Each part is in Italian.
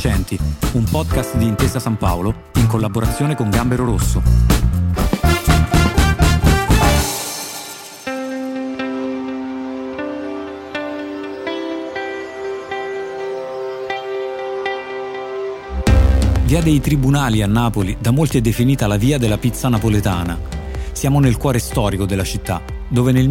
Innocenti, un podcast di Intesa San Paolo in collaborazione con Gambero Rosso. Via dei Tribunali a Napoli da molti è definita la via della pizza napoletana. Siamo nel cuore storico della città, dove nel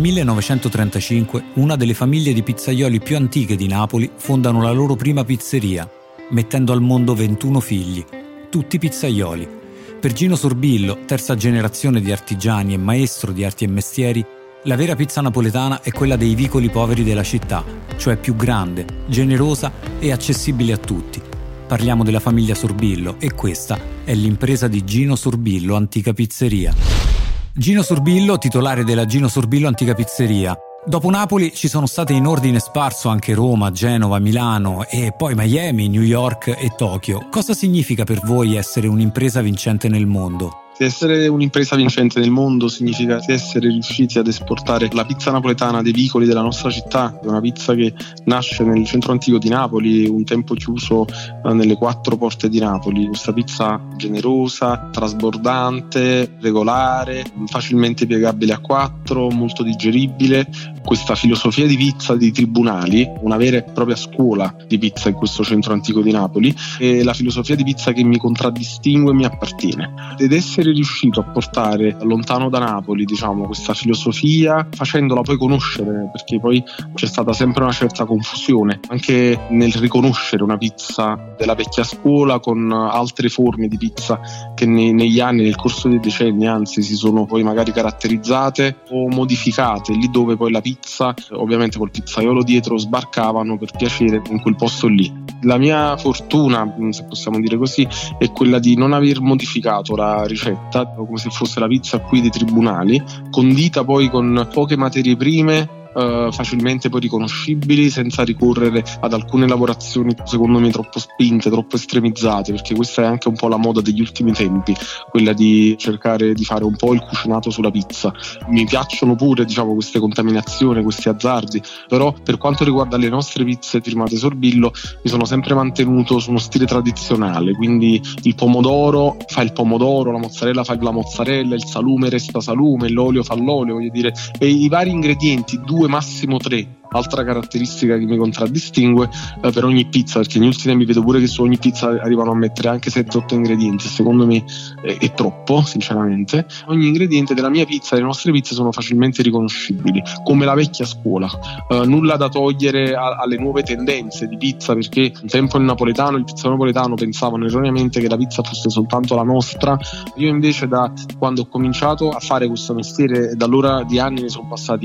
1935 una delle famiglie di pizzaioli più antiche di Napoli fondano la loro prima pizzeria, mettendo al mondo 21 figli, tutti pizzaioli. Per Gino Sorbillo, terza generazione di artigiani e maestro di arti e mestieri, la vera pizza napoletana è quella dei vicoli poveri della città, cioè più grande, generosa e accessibile a tutti. Parliamo della famiglia Sorbillo e questa è l'impresa di Gino Sorbillo Antica Pizzeria. Gino Sorbillo, titolare della Gino Sorbillo Antica Pizzeria. Dopo Napoli ci sono state in ordine sparso anche Roma, Genova, Milano e poi Miami, New York e Tokyo. Cosa significa per voi essere un'impresa vincente nel mondo? Essere un'impresa vincente nel mondo significa essere riusciti ad esportare la pizza napoletana dei vicoli della nostra città, una pizza che nasce nel centro antico di Napoli, un tempo chiuso nelle 4 porte di Napoli. Questa pizza generosa, trasbordante, regolare, facilmente piegabile a 4, molto digeribile. Questa filosofia di pizza dei tribunali, una vera e propria scuola di pizza in questo centro antico di Napoli, è la filosofia di pizza che mi contraddistingue e mi appartiene. Ed essere riuscito a portare lontano da Napoli, questa filosofia, facendola poi conoscere, perché poi c'è stata sempre una certa confusione anche nel riconoscere una pizza della vecchia scuola con altre forme di pizza che negli anni, nel corso dei decenni, anzi, si sono poi magari caratterizzate o modificate, lì dove poi la pizza, ovviamente col pizzaiolo dietro, sbarcavano per piacere in quel posto lì. La mia fortuna, se possiamo dire così, è quella di non aver modificato la ricetta come se fosse la pizza qui dei tribunali, condita poi con poche materie prime, facilmente poi riconoscibili, senza ricorrere ad alcune lavorazioni secondo me troppo spinte, troppo estremizzate, perché questa è anche un po' la moda degli ultimi tempi, quella di cercare di fare un po' il cucinato sulla pizza. Mi piacciono pure queste contaminazioni, questi azzardi, però per quanto riguarda le nostre pizze firmate Sorbillo mi sono sempre mantenuto su uno stile tradizionale, quindi il pomodoro fa il pomodoro, la mozzarella fa la mozzarella, il salume resta salume, l'olio fa l'olio, e i vari ingredienti, 2 massimo 3, altra caratteristica che mi contraddistingue per ogni pizza, perché negli ultimi tempi vedo pure che su ogni pizza arrivano a mettere anche 7-8 ingredienti, secondo me è troppo, sinceramente. Ogni ingrediente della mia pizza, delle nostre pizze, sono facilmente riconoscibili, come la vecchia scuola. Nulla da togliere alle nuove tendenze di pizza, perché un tempo il pizzaiolo napoletano pensavano erroneamente che la pizza fosse soltanto la nostra. Io invece, da quando ho cominciato a fare questo mestiere, da allora di anni ne sono passati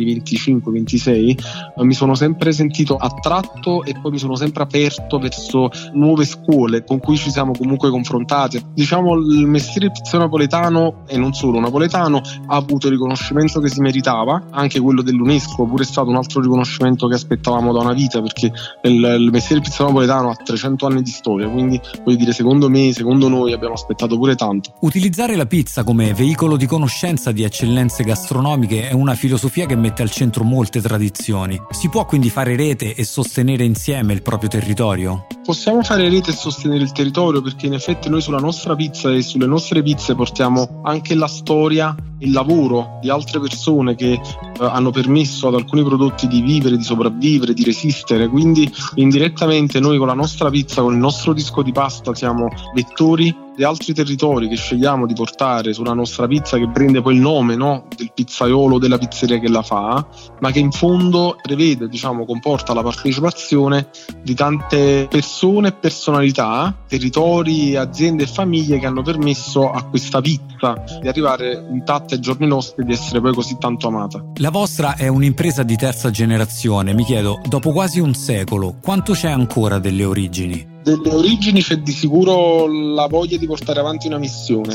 25-26, mi sono sempre sentito attratto e poi mi sono sempre aperto verso nuove scuole con cui ci siamo comunque confrontati. Il mestiere pizzaiolo napoletano, e non solo napoletano, ha avuto il riconoscimento che si meritava, anche quello dell'UNESCO pure è stato un altro riconoscimento che aspettavamo da una vita, perché il mestiere pizzaiolo napoletano ha 300 anni di storia, quindi secondo noi abbiamo aspettato pure tanto. Utilizzare la pizza come veicolo di conoscenza di eccellenze gastronomiche è una filosofia che mette al centro molte tradizioni. Si può quindi fare rete e sostenere insieme il proprio territorio? Possiamo fare rete e sostenere il territorio, perché in effetti noi sulla nostra pizza e sulle nostre pizze portiamo anche la storia, il lavoro di altre persone che hanno permesso ad alcuni prodotti di vivere, di sopravvivere, di resistere. Quindi indirettamente noi con la nostra pizza, con il nostro disco di pasta, siamo vettori di altri territori che scegliamo di portare sulla nostra pizza, che prende poi il nome, del pizzaiolo, della pizzeria che la fa, ma che in fondo prevede, comporta la partecipazione di tante persone e personalità, territori, aziende e famiglie che hanno permesso a questa pizza di arrivare intatta ai giorni nostri e di essere poi così tanto amata. La vostra è un'impresa di terza generazione. Mi chiedo, dopo quasi un secolo, quanto c'è ancora delle origini? Delle origini c'è di sicuro la voglia di portare avanti una missione.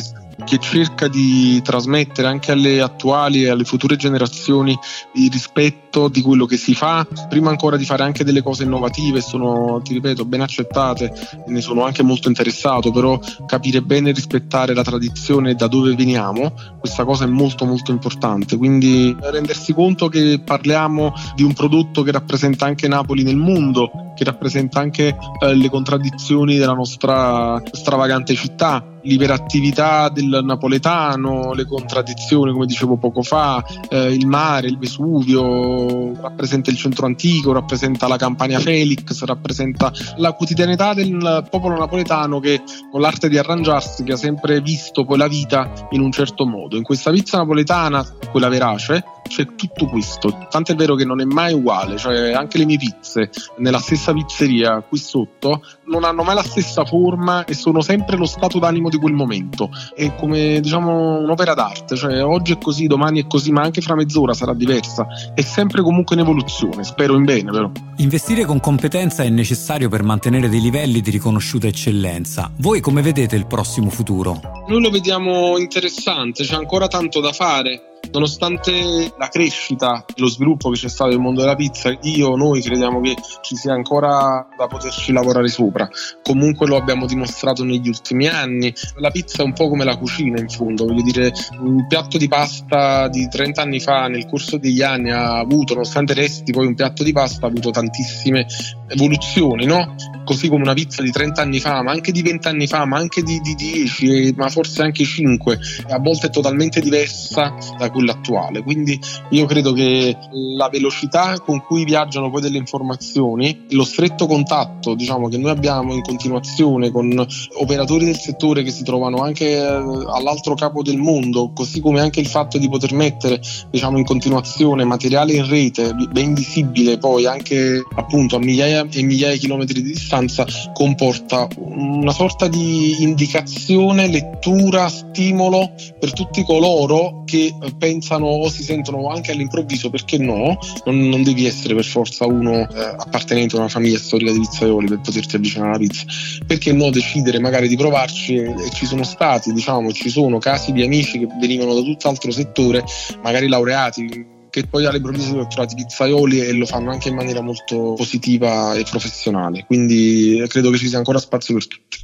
che cerca di trasmettere anche alle attuali e alle future generazioni il rispetto di quello che si fa, prima ancora di fare anche delle cose innovative. Sono, ti ripeto, ben accettate, ne sono anche molto interessato, però capire bene e rispettare la tradizione da dove veniamo, questa cosa è molto molto importante, quindi rendersi conto che parliamo di un prodotto che rappresenta anche Napoli nel mondo, che rappresenta anche le contraddizioni della nostra stravagante città, l'iperattività del napoletano, le contraddizioni, come dicevo poco fa, il mare, il Vesuvio, rappresenta il centro antico, rappresenta la Campania Felix, rappresenta la quotidianità del popolo napoletano che con l'arte di arrangiarsi, che ha sempre visto poi la vita in un certo modo. In questa pizza napoletana, quella verace, c'è tutto questo, tant'è vero che non è mai uguale, cioè anche le mie pizze nella stessa pizzeria qui sotto non hanno mai la stessa forma e sono sempre lo stato d'animo di quel momento. È come, diciamo, un'opera d'arte, cioè oggi è così, domani è così, ma anche fra mezz'ora sarà diversa. È sempre comunque in evoluzione, spero in bene però. Investire con competenza è necessario per mantenere dei livelli di riconosciuta eccellenza. Voi come vedete il prossimo futuro? Noi lo vediamo interessante, c'è ancora tanto da fare. Nonostante la crescita e lo sviluppo che c'è stato nel mondo della pizza, noi crediamo che ci sia ancora da poterci lavorare sopra. Comunque lo abbiamo dimostrato negli ultimi anni. La pizza è un po' come la cucina, in fondo, voglio dire, un piatto di pasta di 30 anni fa nel corso degli anni ha avuto, nonostante resti poi un piatto di pasta, ha avuto tantissime evoluzioni, no? Così come una pizza di 30 anni fa, ma anche di 20 anni fa, ma anche di 10, ma forse anche 5, a volte è totalmente diversa da quella attuale. Quindi io credo che la velocità con cui viaggiano poi delle informazioni, lo stretto contatto, diciamo, che noi abbiamo in continuazione con operatori del settore che si trovano anche all'altro capo del mondo, così come anche il fatto di poter mettere, diciamo, in continuazione materiale in rete ben visibile poi anche appunto a migliaia e migliaia di chilometri di distanza, comporta una sorta di indicazione, lettura, stimolo per tutti coloro che pensano o si sentono anche all'improvviso, perché no, non devi essere per forza uno appartenente a una famiglia storica di pizzaioli per poterti avvicinare alla pizza, perché no decidere magari di provarci. E ci sono stati, diciamo, ci sono casi di amici che venivano da tutt'altro settore, magari laureati, che poi all'improvviso sono trovati pizzaioli e lo fanno anche in maniera molto positiva e professionale, quindi credo che ci sia ancora spazio per tutti.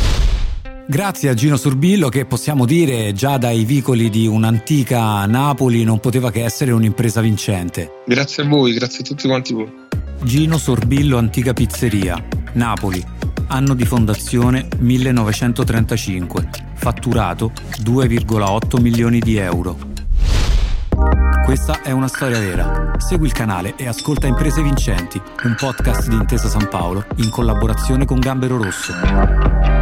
Grazie a Gino Sorbillo, che possiamo dire già dai vicoli di un'antica Napoli non poteva che essere un'impresa vincente. Grazie a voi, grazie a tutti quanti voi. Gino Sorbillo Antica Pizzeria, Napoli, anno di fondazione 1935, fatturato 2,8 milioni di euro. Questa è una storia vera. Segui il canale e ascolta Imprese Vincenti, un podcast di Intesa San Paolo in collaborazione con Gambero Rosso.